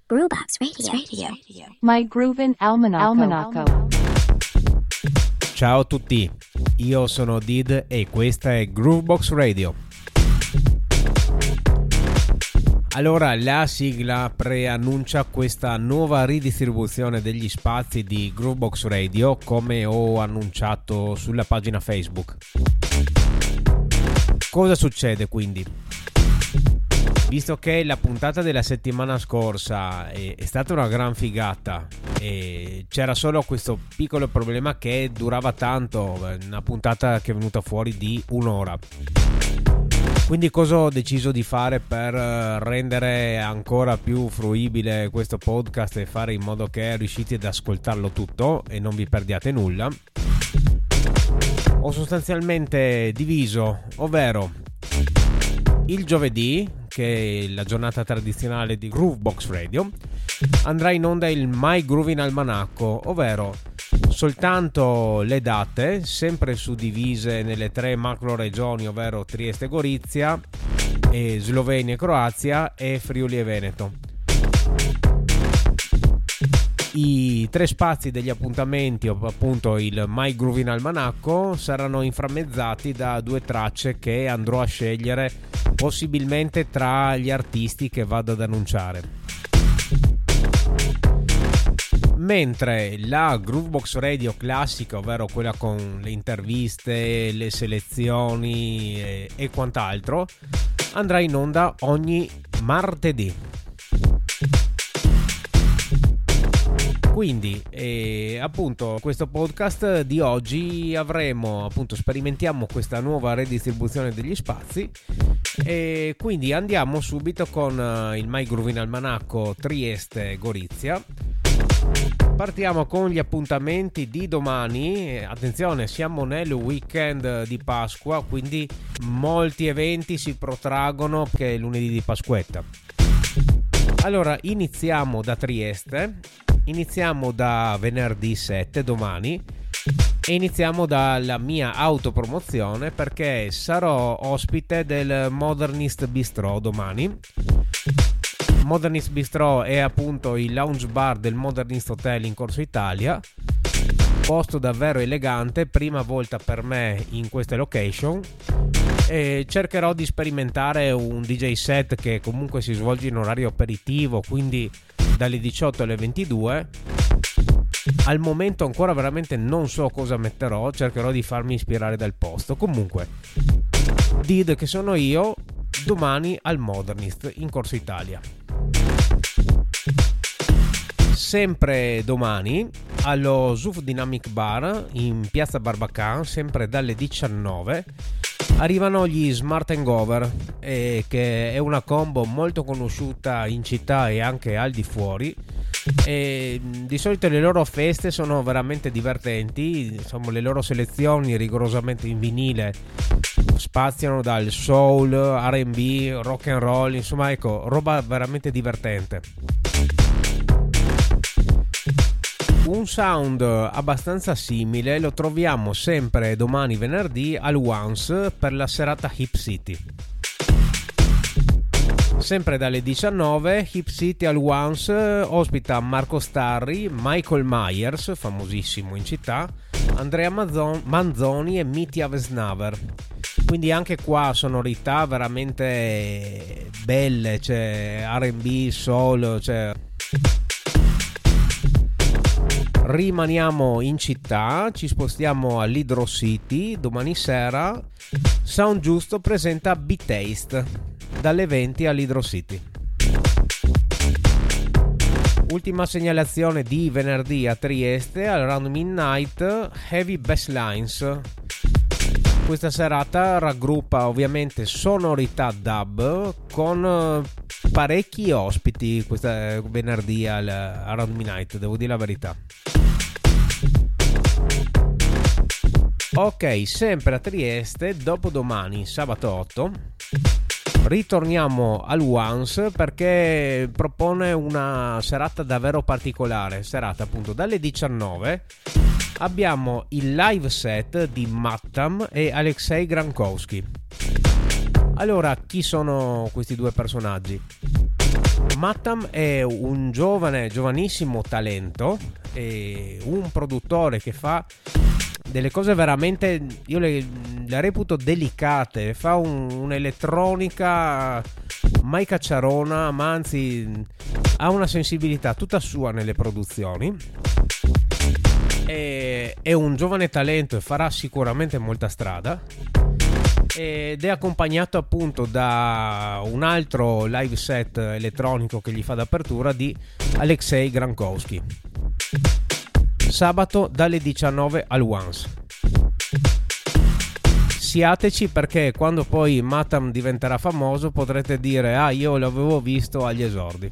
Groovebox Radio. My Groovin' Almanacco. Ciao a tutti, io sono Did e questa è Groovebox Radio. Allora, la sigla preannuncia questa nuova ridistribuzione degli spazi di Groovebox Radio, come ho annunciato sulla pagina Facebook. Cosa succede quindi? Visto che la puntata della settimana scorsa è stata una gran figata e c'era solo questo piccolo problema che durava tanto, una puntata che è venuta fuori di un'ora. Quindi cosa ho deciso di fare per rendere ancora più fruibile questo podcast e fare in modo che riuscite ad ascoltarlo tutto e non vi perdiate nulla? Ho sostanzialmente diviso, ovvero il giovedì, che è la giornata tradizionale di Groovebox Radio, andrà in onda il My Groovin' Almanacco, ovvero soltanto le date, sempre suddivise nelle tre macro regioni, ovvero Trieste e Gorizia, e Slovenia e Croazia e Friuli e Veneto. I tre spazi degli appuntamenti, appunto il My Groovin' Almanacco, saranno inframmezzati da due tracce che andrò a scegliere possibilmente tra gli artisti che vado ad annunciare. Mentre la Groovebox Radio classica, ovvero quella con le interviste, le selezioni e quant'altro, andrà in onda ogni martedì. Quindi appunto questo podcast di oggi sperimentiamo questa nuova redistribuzione degli spazi e quindi andiamo subito con il My Groovin' Almanacco Trieste Gorizia. Partiamo con gli appuntamenti di domani. Attenzione, siamo nel weekend di Pasqua, quindi molti eventi si protraggono perché è lunedì di Pasquetta. Allora, iniziamo da Trieste, iniziamo da venerdì 7, domani, e iniziamo dalla mia autopromozione perché sarò ospite del Modernist Bistro domani. Modernist Bistro è appunto il lounge bar del Modernist Hotel in Corso Italia, posto davvero elegante, prima volta per me in queste location, e cercherò di sperimentare un DJ set che comunque si svolge in orario aperitivo, quindi dalle 18 alle 22. Al momento ancora veramente non so cosa metterò, cercherò di farmi ispirare dal posto. Comunque, Did che sono io, domani al Modernist in Corso Italia. Sempre domani allo Zouf Dynamic Bar in piazza Barbacan, sempre dalle 19, arrivano gli Smart Hangover, che è una combo molto conosciuta in città e anche al di fuori. E di solito le loro feste sono veramente divertenti, insomma le loro selezioni rigorosamente in vinile spaziano dal soul, R&B, rock and roll, insomma ecco, roba veramente divertente. Un sound abbastanza simile lo troviamo sempre domani venerdì al Once per la serata Hip City. Sempre dalle 19, Hip City al Once ospita Marco Starri, Michael Myers, famosissimo in città, Andrea Manzoni e Mitya Vesnaver. Quindi anche qua sonorità veramente belle, c'è R&B, soul, c'è... Rimaniamo in città, ci spostiamo all'Hydro City domani sera. Sound Giusto presenta Beat Taste dalle 20 all'Hydro City. Ultima segnalazione di venerdì a Trieste, al Round Midnight Heavy Basslines. Questa serata raggruppa ovviamente sonorità dub con parecchi ospiti questa venerdì al Round Midnight, devo dire la verità. Ok, sempre a Trieste, dopodomani, sabato 8, ritorniamo al Once perché propone una serata davvero particolare. Serata appunto dalle 19 abbiamo il live set di Mattam e Alexei Grankowski. Allora, chi sono questi due personaggi? Mattam è un giovanissimo talento, e un produttore che fa delle cose veramente, io le reputo delicate, fa un'elettronica mai cacciarona, ma anzi ha una sensibilità tutta sua nelle produzioni. È un giovane talento e farà sicuramente molta strada, ed è accompagnato appunto da un altro live set elettronico che gli fa d'apertura di Alexei Grankowski, sabato dalle 19 al Once. Siateci, perché quando poi Mattam diventerà famoso potrete dire: ah, io l'avevo visto agli esordi.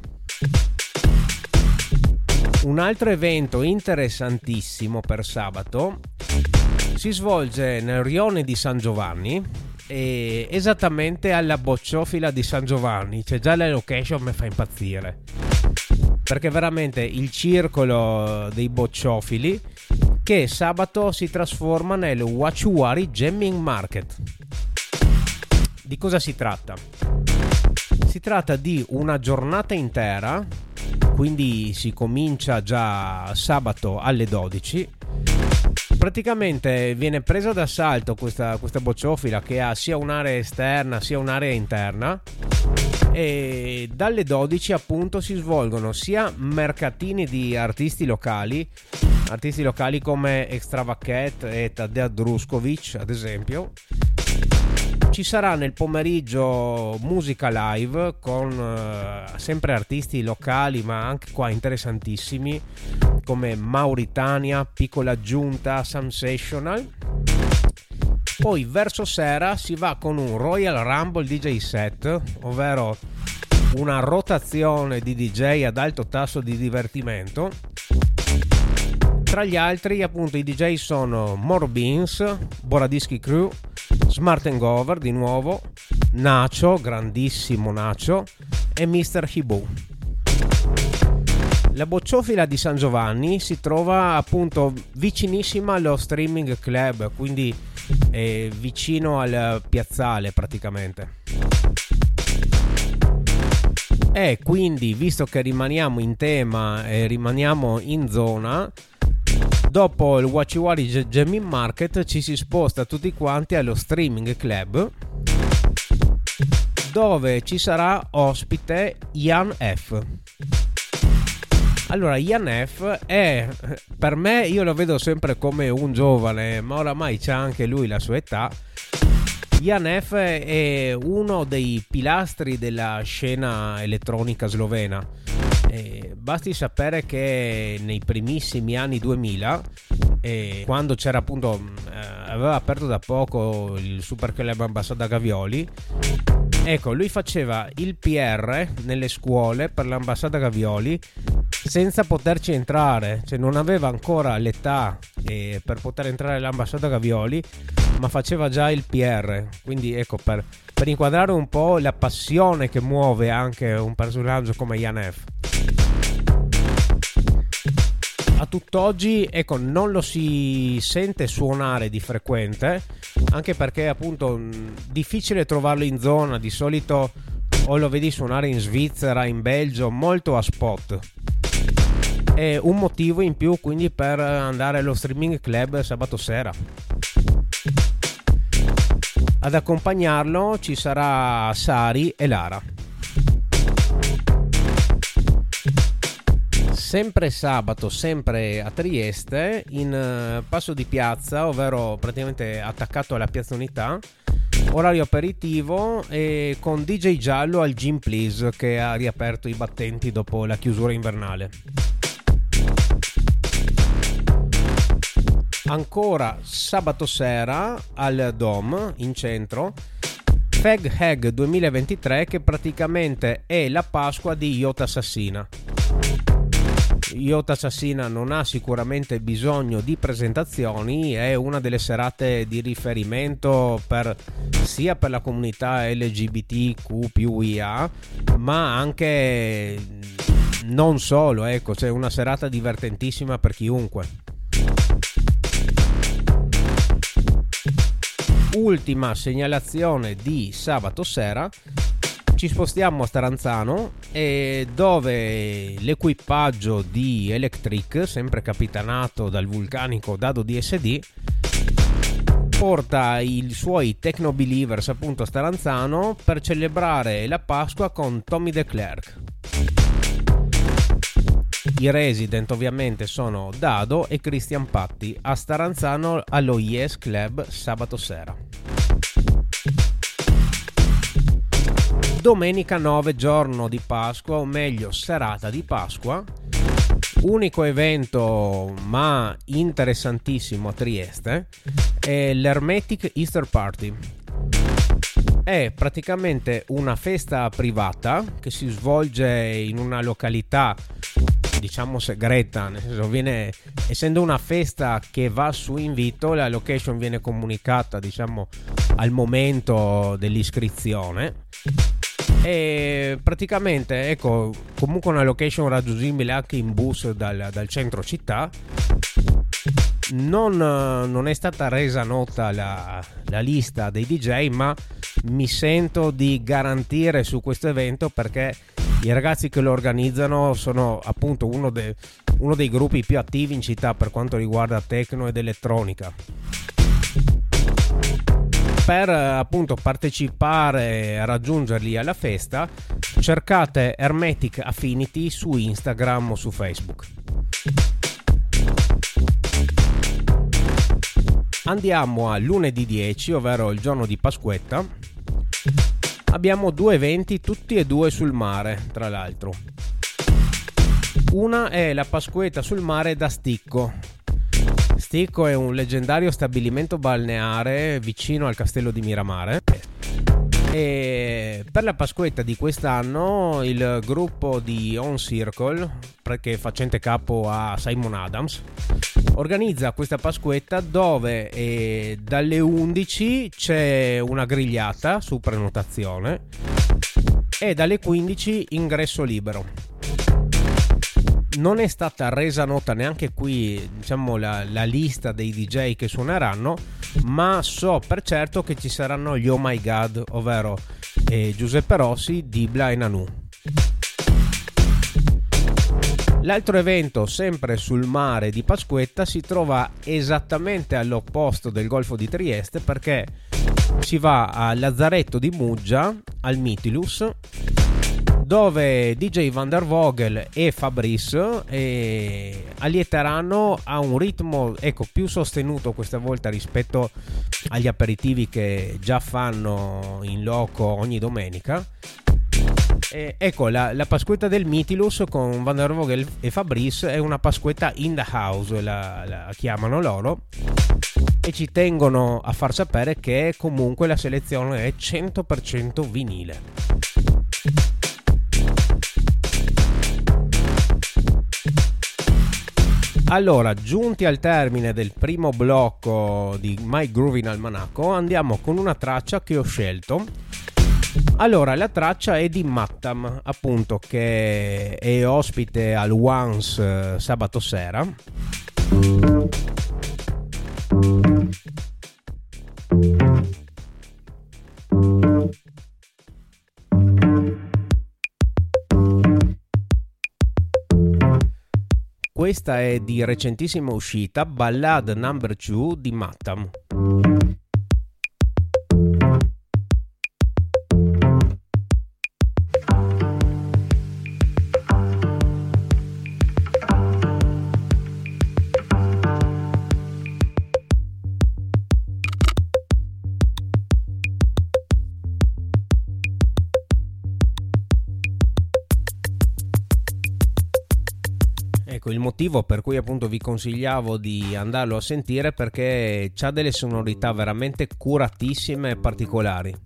Un altro evento interessantissimo per sabato si svolge nel rione di San Giovanni, e esattamente alla bocciofila di San Giovanni. C'è già la location, mi fa impazzire, perché veramente il circolo dei bocciofili che sabato si trasforma nel Wachuwari Jamming Market. Di cosa si tratta? Si tratta di una giornata intera, quindi si comincia già sabato alle 12. Praticamente viene presa d'assalto questa bocciofila, che ha sia un'area esterna sia un'area interna, e dalle 12 appunto si svolgono sia mercatini di artisti locali come Extravaket e Tadea Druskovic ad esempio. Ci sarà nel pomeriggio musica live con sempre artisti locali, ma anche qua interessantissimi come Mauritania, Piccola Giunta, Sensational. Poi verso sera si va con un Royal Rumble DJ set, ovvero una rotazione di DJ ad alto tasso di divertimento. Tra gli altri appunto i DJ sono More Beans, Boradischi Crew, Smart & Gover di nuovo, Nacho, grandissimo Nacho, e Mr. Hibou. La bocciofila di San Giovanni si trova appunto vicinissima allo Streaming Club, quindi vicino al piazzale praticamente. E quindi, visto che rimaniamo in tema e rimaniamo in zona, dopo il Wachiwari Jamming Market ci si sposta tutti quanti allo Streaming Club, dove ci sarà ospite Ian F. Allora, Ian F è, per me, io lo vedo sempre come un giovane, ma oramai c'ha anche lui la sua età. Ian F è uno dei pilastri della scena elettronica slovena. Basti sapere che nei primissimi anni 2000, quando c'era appunto aveva aperto da poco il Super Club Ambasciata Gavioli, ecco, lui faceva il PR nelle scuole per l'Ambasciata Gavioli senza poterci entrare, cioè non aveva ancora l'età per poter entrare all'Ambasciata Gavioli, ma faceva già il PR. Quindi ecco, per inquadrare un po' la passione che muove anche un personaggio come Ian F. A tutt'oggi, ecco, non lo si sente suonare di frequente, anche perché appunto difficile trovarlo in zona. Di solito o lo vedi suonare in Svizzera, in Belgio, molto a spot. È un motivo in più quindi per andare allo Streaming Club sabato sera. Ad accompagnarlo ci sarà Sari e Lara. Sempre sabato, sempre a Trieste, in Passo di Piazza, ovvero praticamente attaccato alla Piazza Unità, orario aperitivo, e con DJ Giallo al Gym Please, che ha riaperto i battenti dopo la chiusura invernale. Ancora sabato sera al Dom in centro, Fag Hag 2023, che praticamente è la Pasqua di Iota Assassina. Iota Assassina non ha sicuramente bisogno di presentazioni, è una delle serate di riferimento sia per la comunità LGBTQ+IA, ma anche non solo, ecco, c'è una serata divertentissima per chiunque. Ultima segnalazione di sabato sera: ci spostiamo a Staranzano, dove l'equipaggio di Electric, sempre capitanato dal vulcanico Dado DSD, porta i suoi Techno Believers appunto a Staranzano per celebrare la Pasqua con Tommy De Klerk. I resident ovviamente sono Dado e Christian Patti a Staranzano allo Yes Club sabato sera. Domenica 9, giorno di Pasqua, o meglio serata di Pasqua, unico evento ma interessantissimo a Trieste è l'Hermetic Easter Party. È praticamente una festa privata che si svolge in una località diciamo segreta, nel senso essendo una festa che va su invito, la location viene comunicata diciamo al momento dell'iscrizione. E praticamente ecco, comunque una location raggiungibile anche in bus dal centro città. Non è stata resa nota la lista dei DJ, ma mi sento di garantire su questo evento perché i ragazzi che lo organizzano sono appunto uno dei gruppi più attivi in città per quanto riguarda techno ed elettronica. Per appunto partecipare e raggiungerli alla festa, cercate Hermetic Affinity su Instagram o su Facebook. Andiamo a lunedì 10, ovvero il giorno di Pasquetta. Abbiamo due eventi, tutti e due sul mare, tra l'altro. Una è la Pasquetta sul mare da Sticco. Sticco è un leggendario stabilimento balneare vicino al castello di Miramare. E per la Pasquetta di quest'anno il gruppo di On Circle, che facente capo a Simon Adams, organizza questa Pasquetta dove dalle 11 c'è una grigliata su prenotazione e dalle 15 ingresso libero. Non è stata resa nota neanche qui diciamo la lista dei DJ che suoneranno, ma so per certo che ci saranno gli Oh My God, ovvero Giuseppe Rossi, Dibla e Nanu. L'altro evento, sempre sul mare di Pasquetta, si trova esattamente all'opposto del Golfo di Trieste, perché si va a Lazzaretto di Muggia, al Mytilus, dove DJ Van der Vogel e Fabrice allieteranno a un ritmo più sostenuto questa volta rispetto agli aperitivi che già fanno in loco ogni domenica. Ecco, la Pasquetta del Mytilus con Van der Vogel e Fabrice è una Pasquetta in the house, la chiamano loro, e ci tengono a far sapere che comunque la selezione è 100% vinile. Allora, giunti al termine del primo blocco di My Groovin' Almanacco, andiamo con una traccia che ho scelto. Allora, la traccia è di Mattam, appunto, che è ospite al Once sabato sera. Questa è di recentissima uscita, Ballad Number 2 di Mattam. Ecco il motivo per cui appunto vi consigliavo di andarlo a sentire, perché c'ha delle sonorità veramente curatissime e particolari.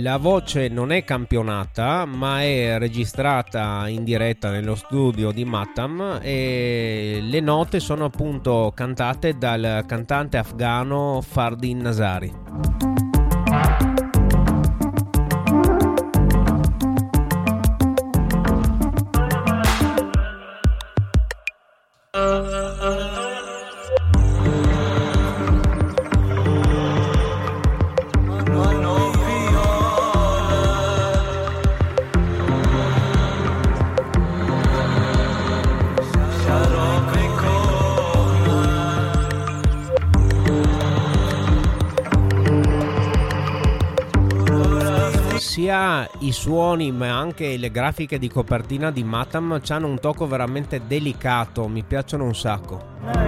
La voce non è campionata, ma è registrata in diretta nello studio di Matam e le note sono appunto cantate dal cantante afghano Fardin Nazari. Sia i suoni ma anche le grafiche di copertina di Matam hanno un tocco veramente delicato, mi piacciono un sacco.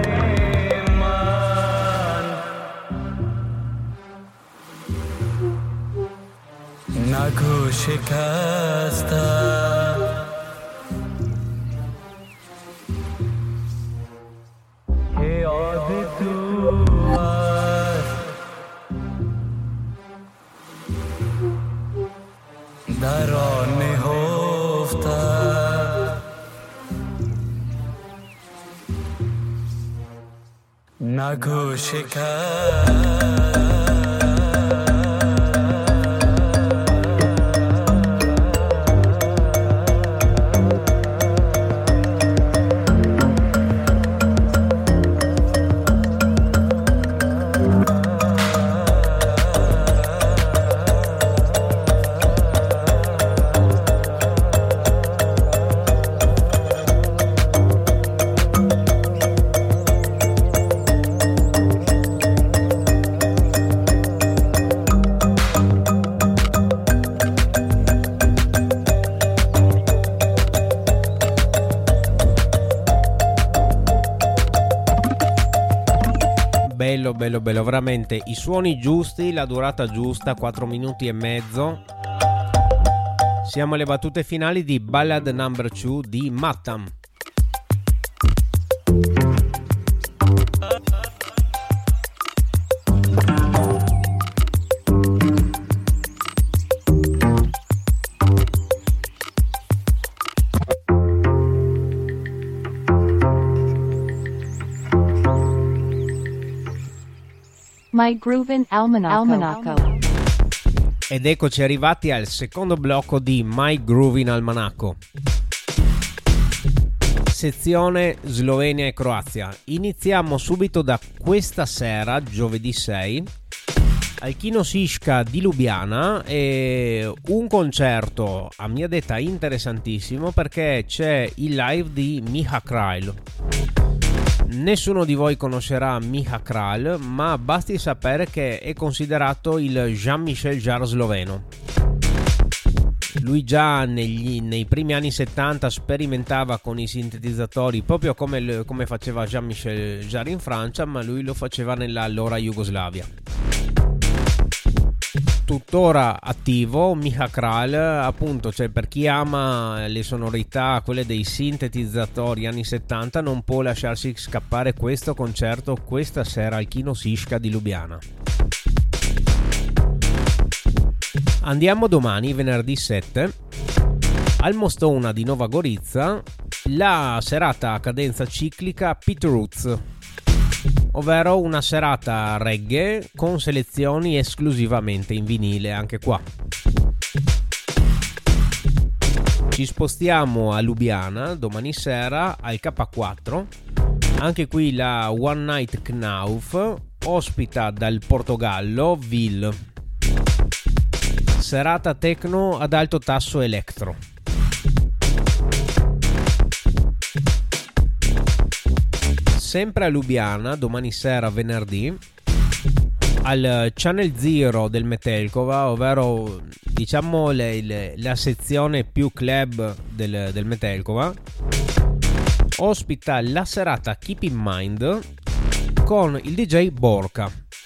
درانه هفته نگو شکر Bello, veramente i suoni giusti, la durata giusta, 4 minuti e mezzo. Siamo alle battute finali di Ballad Number 2 di Matam. My Groovin' Almanacco. Ed eccoci arrivati al secondo blocco di My Groovin' Almanacco. Sezione Slovenia e Croazia. Iniziamo subito da questa sera, giovedì 6, al Kino Šiška di Lubiana, e un concerto a mia detta interessantissimo perché c'è il live di Miha Kralj. Nessuno di voi conoscerà Miha Kralj, ma basti sapere che è considerato il Jean-Michel Jarre sloveno. Lui già nei primi anni 70 sperimentava con i sintetizzatori proprio come faceva Jean-Michel Jarre in Francia, ma lui lo faceva nella allora Jugoslavia. Tuttora attivo Miha Kralj, appunto, cioè per chi ama le sonorità, quelle dei sintetizzatori anni 70, non può lasciarsi scappare questo concerto questa sera al Kino Šiška di Lubiana. Andiamo domani, venerdì 7, al Mostona di Nova Gorica, la serata a cadenza ciclica Pit Roots, ovvero una serata reggae con selezioni esclusivamente in vinile anche qua. Ci spostiamo a Lubiana domani sera al K4, anche qui la One Night Knauf ospita dal Portogallo Will, serata techno ad alto tasso electro. Sempre a Lubiana, domani sera venerdì, al Channel Zero del Metelkova, ovvero diciamo la sezione più club del Metelkova, ospita la serata Keep in Mind con il DJ Borka.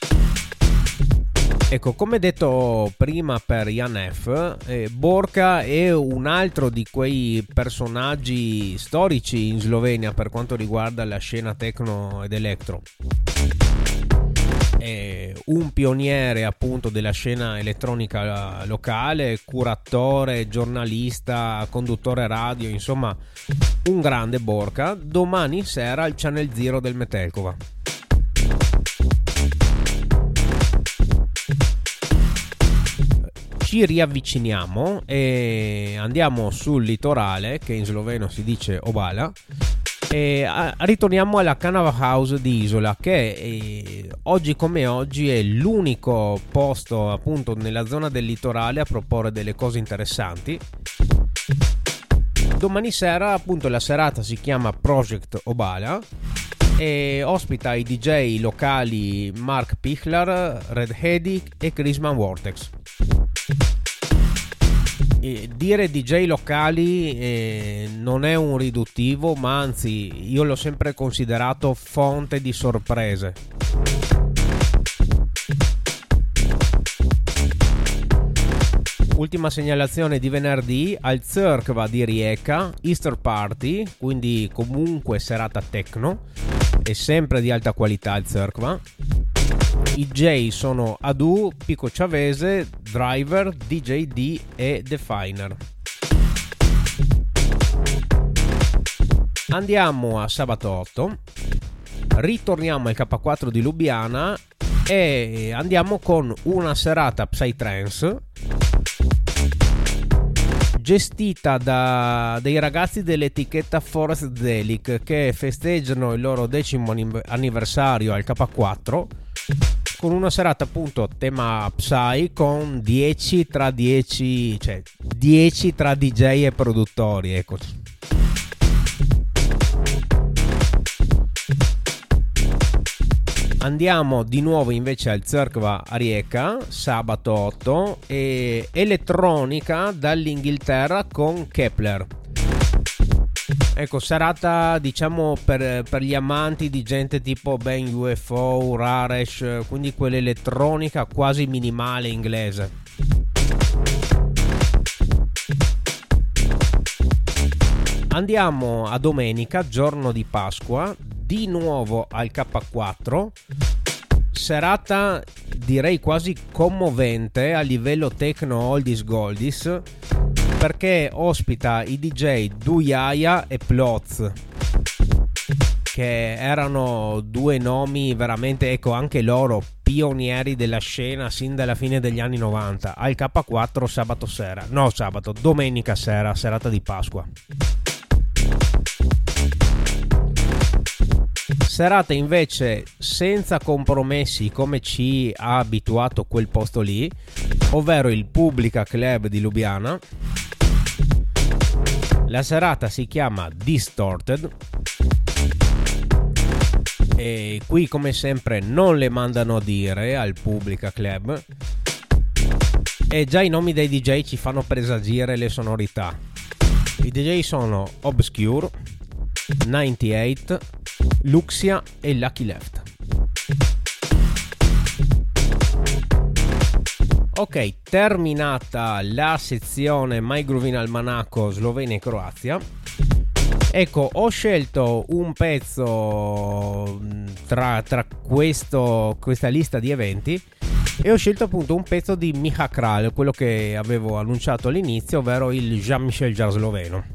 Ecco, come detto prima per Jan F, Borka è un altro di quei personaggi storici in Slovenia per quanto riguarda la scena techno ed electro. È un pioniere appunto della scena elettronica locale, curatore, giornalista, conduttore radio, insomma un grande Borca, domani sera al Channel Zero del Metelkova. Ci riavviciniamo e andiamo sul litorale, che in sloveno si dice Obala, e ritorniamo alla Canava House di Isola, che oggi come oggi è l'unico posto appunto nella zona del litorale a proporre delle cose interessanti. Domani sera appunto la serata si chiama Project Obala e ospita i DJ locali Mark Pichler, Red Headic e Chrisman Vortex. Dire DJ locali non è un riduttivo, ma anzi io l'ho sempre considerato fonte di sorprese. Ultima segnalazione di venerdì: al Cerkva di Rijeka, Easter Party, quindi comunque serata techno e sempre di alta qualità al Cerkva. I DJ sono Adu, Pico Ciavese, Driver, DJ D e Definer. Andiamo a sabato 8, ritorniamo al K4 di Lubiana e andiamo con una serata Psytrance gestita da dei ragazzi dell'etichetta Forest Delic, che festeggiano il loro 10° anniversario al K4 con una serata appunto tema Psy con 10 tra 10, cioè 10 tra DJ e produttori, ecco. Andiamo di nuovo invece al Cerkva a Rijeka, sabato 8, e elettronica dall'Inghilterra con Kepler. Ecco, serata diciamo per gli amanti di gente tipo Ben UFO, Raresh, quindi quell'elettronica quasi minimale inglese. Andiamo a domenica, giorno di Pasqua, di nuovo al K4, serata direi quasi commovente a livello techno oldies goldies, perché ospita i DJ Dujaya e Ploz, che erano due nomi veramente, ecco, anche loro pionieri della scena sin dalla fine degli anni 90 al K4 domenica sera, serata di Pasqua. Serata invece senza compromessi, come ci ha abituato quel posto lì, ovvero il Publica Club di Lubiana. La serata si chiama Distorted e qui come sempre non le mandano a dire al Publica Club e già i nomi dei DJ ci fanno presagire le sonorità. I DJ sono Obscure, 98, Luxia e Lucky Left. Ok, terminata la sezione My Groovin Almanacco Slovenia e Croazia. Ecco, ho scelto un pezzo tra questa lista di eventi e ho scelto appunto un pezzo di Miha Kralj, quello che avevo annunciato all'inizio, ovvero il Jean-Michel Jarre sloveno.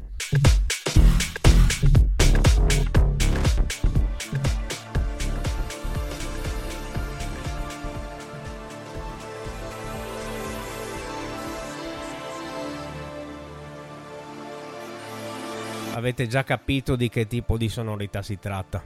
Avete già capito di che tipo di sonorità si tratta.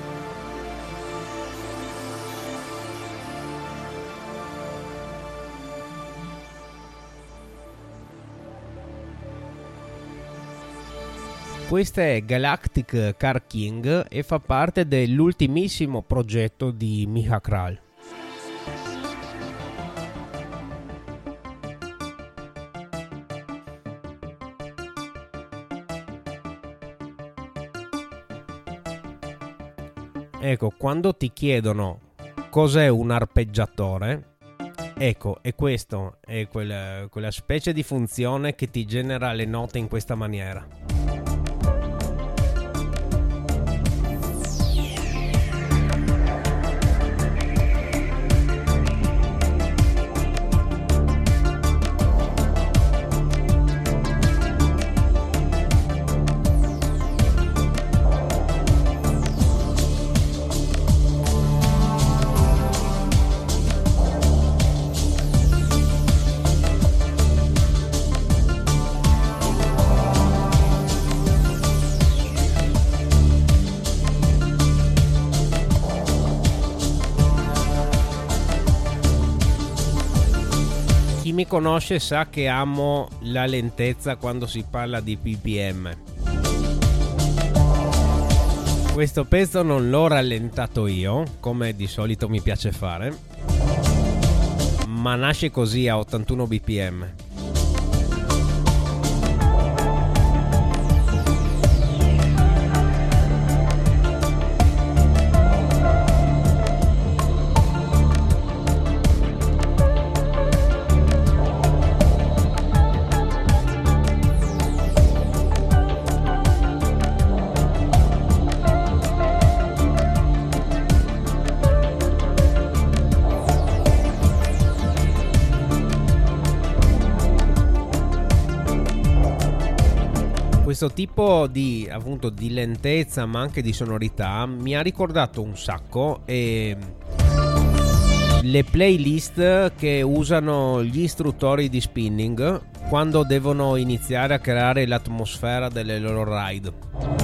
Questa è Galactic Car King e fa parte dell'ultimissimo progetto di Miha Kralj. Ecco, quando ti chiedono cos'è un arpeggiatore, ecco, e questo è quella specie di funzione che ti genera le note in questa maniera. chi mi conosce sa che amo la lentezza quando si parla di BPM. Questo pezzo non l'ho rallentato io, come di solito mi piace fare, ma nasce così a 81 bpm. Questo tipo di, appunto, di lentezza ma anche di sonorità mi ha ricordato un sacco le playlist che usano gli istruttori di spinning quando devono iniziare a creare l'atmosfera delle loro ride.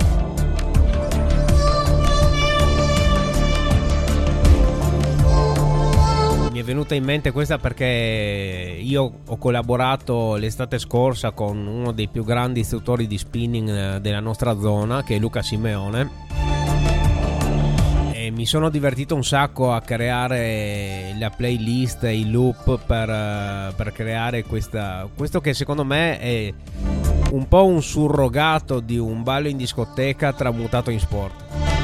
Mi è venuta in mente questa perché io ho collaborato l'estate scorsa con uno dei più grandi istruttori di spinning della nostra zona, che è Luca Simeone, e mi sono divertito un sacco a creare la playlist e i loop per creare questo che secondo me è un po' un surrogato di un ballo in discoteca tramutato in sport.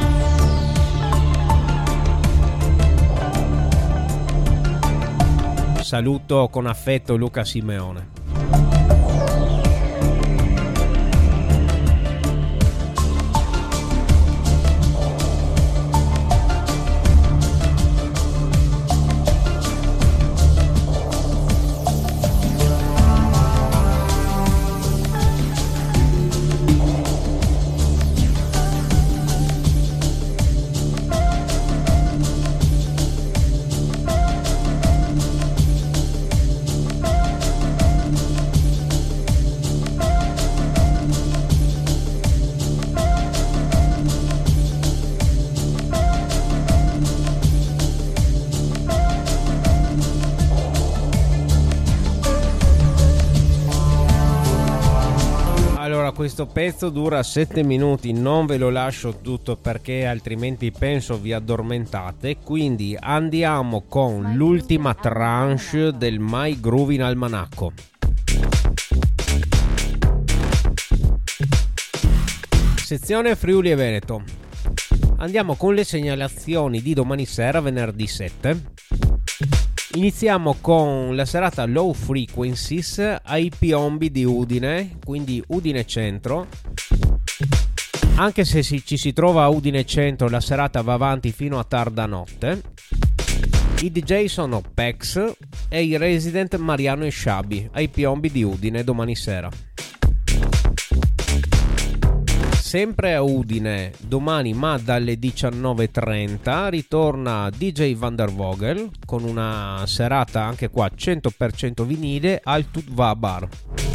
Saluto con affetto Luca Simeone. Questo pezzo dura 7 minuti, non ve lo lascio tutto perché altrimenti penso vi addormentate, quindi andiamo con l'ultima tranche del My Groovin Almanacco. Sezione Friuli e Veneto. Andiamo con le segnalazioni di domani sera, venerdì 7. Iniziamo con la serata Low Frequencies ai Piombi di Udine, quindi Udine Centro. Anche se ci si trova a Udine Centro, la serata va avanti fino a tarda notte. I DJ sono Pex e i resident Mariano e Sciabi ai Piombi di Udine domani sera. Sempre a Udine domani, ma dalle 19.30 ritorna DJ Van der Vogel con una serata anche qua 100% vinile al Tutva Bar.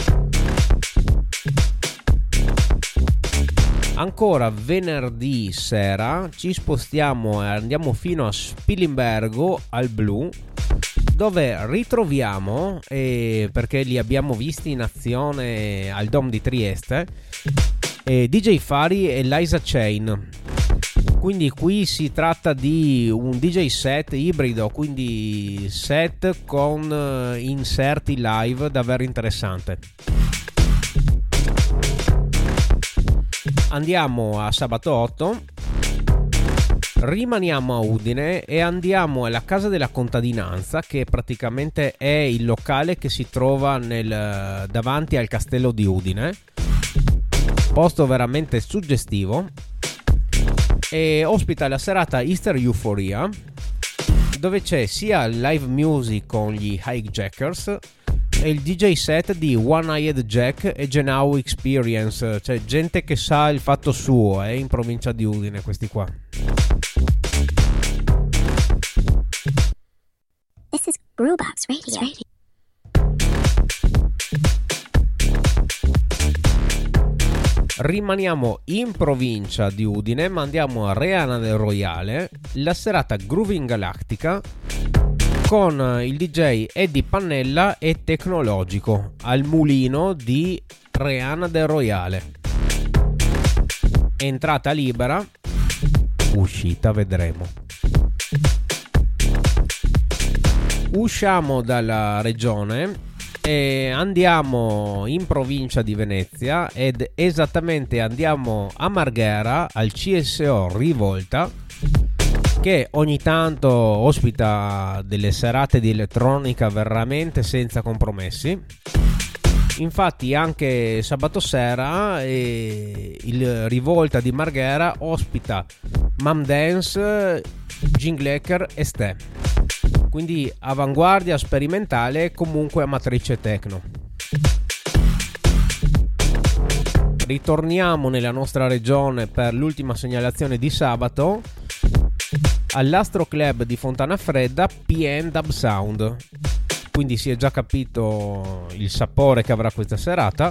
Ancora venerdì sera ci spostiamo e andiamo fino a Spilimbergo al Blu, dove ritroviamo, perché li abbiamo visti in azione al Dom di Trieste, DJ Fari e Liza Chain. Quindi qui si tratta di un DJ set ibrido, quindi set con inserti live, davvero interessante. Andiamo a sabato 8, rimaniamo a Udine e andiamo alla Casa della Contadinanza, che praticamente è il locale che si trova davanti al castello di Udine. Posto veramente suggestivo, e ospita la serata Easter Euphoria, dove c'è sia live music con gli Hijackers e il DJ set di One Eyed Jack e Genau Experience, cioè gente che sa il fatto suo, in provincia di Udine questi qua. This is Brewbox Radio. Rimaniamo in provincia di Udine, ma andiamo a Reana del Royale, la serata Grooving Galactica, con il DJ Eddie Pannella e Tecnologico al mulino di Reana del Royale. Entrata libera, uscita vedremo. Usciamo dalla regione e andiamo in provincia di Venezia, ed esattamente andiamo a Marghera al CSO Rivolta, che ogni tanto ospita delle serate di elettronica veramente senza compromessi. Infatti anche sabato sera il Rivolta di Marghera ospita Mam Dance, Jinglecker e Ste, quindi avanguardia sperimentale e comunque amatrice techno. Ritorniamo nella nostra regione per l'ultima segnalazione di sabato all'Astro Club di Fontana Fredda, PN Dub Sound. Quindi si è già capito il sapore che avrà questa serata,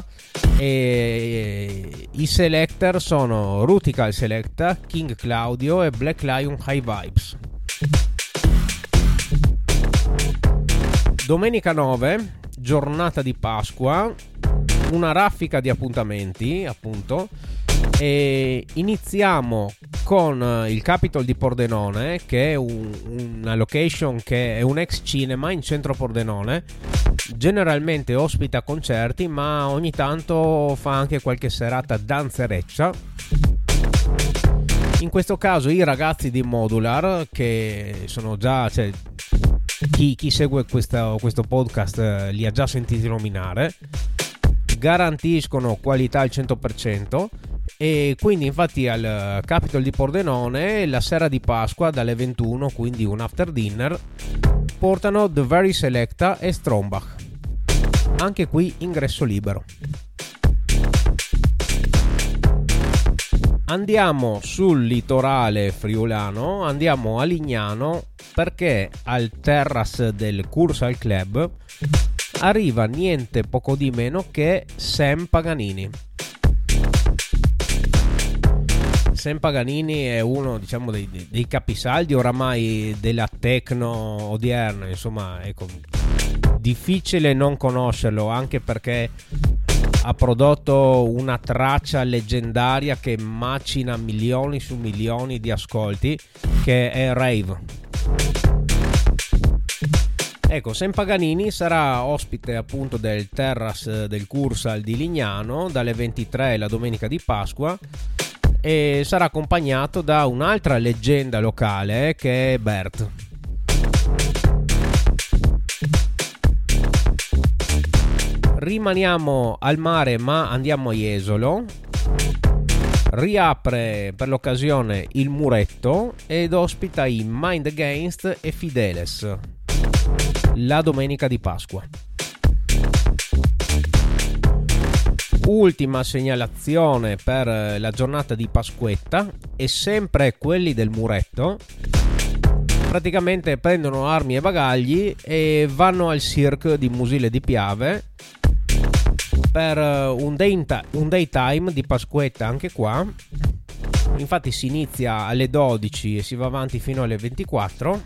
e i selector sono Rutical Selecta, King Claudio e Black Lion High Vibes. Domenica 9, giornata di Pasqua, una raffica di appuntamenti appunto, e iniziamo con il Capitol di Pordenone, che è una location che è un ex cinema in centro Pordenone. Generalmente ospita concerti, ma ogni tanto fa anche qualche serata danzereccia. In questo caso i ragazzi di Modular, che sono già, cioè, chi segue questo podcast li ha già sentiti nominare, garantiscono qualità al 100%. E quindi infatti al Capitol di Pordenone la sera di Pasqua dalle 21, quindi un after dinner, portano The Very Selecta e Strombach. Anche qui ingresso libero. Andiamo sul litorale friulano, andiamo a Lignano, perché al terrace del Cursal Club arriva niente poco di meno che Sam Paganini. Sam Paganini è uno, diciamo, dei capisaldi oramai della techno odierna, insomma, ecco, difficile non conoscerlo, anche perché ha prodotto una traccia leggendaria che macina milioni su milioni di ascolti, che è Rave. Ecco, Sam Paganini sarà ospite appunto del terrace del Cursal di Lignano dalle 23 la domenica di Pasqua, e sarà accompagnato da un'altra leggenda locale che è Bert. Rimaniamo al mare, ma andiamo a Jesolo. Riapre per l'occasione il Muretto ed ospita i Mind Against e Fideles la domenica di Pasqua. Ultima segnalazione per la giornata di Pasquetta, e sempre quelli del Muretto praticamente prendono armi e bagagli e vanno al Cirque di Musile di Piave per un daytime di Pasquetta anche qua. Infatti si inizia alle 12 e si va avanti fino alle 24,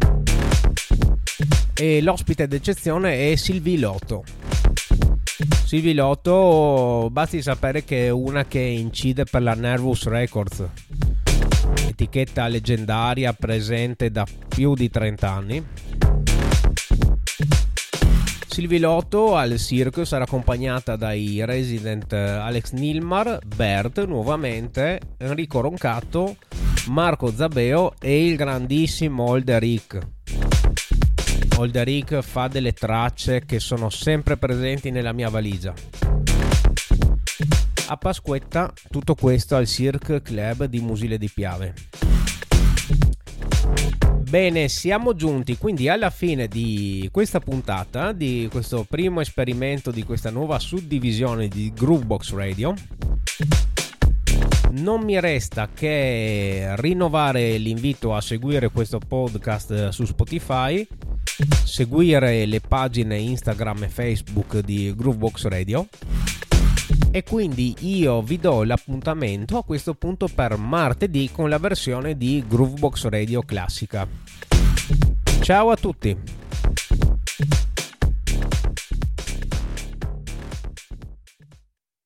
e l'ospite d'eccezione è Sylvie Lotto. Sylvie Lotto, basti sapere che è una che incide per la Nervous Records, etichetta leggendaria presente da più di 30 anni. Sylvie Lotto al Cirque sarà accompagnata dai resident Alex Nilmar, Bert nuovamente, Enrico Roncato, Marco Zabeo e il grandissimo Olderic. Olderic fa delle tracce che sono sempre presenti nella mia valigia. A Pasquetta tutto questo al Cirque Club di Musile di Piave. Bene, siamo giunti quindi alla fine di questa puntata, di questo primo esperimento di questa nuova suddivisione di Groovebox Radio. Non mi resta che rinnovare l'invito a seguire questo podcast su Spotify, seguire le pagine Instagram e Facebook di Groovebox Radio, e quindi io vi do l'appuntamento a questo punto per martedì con la versione di Groovebox Radio classica. Ciao a tutti!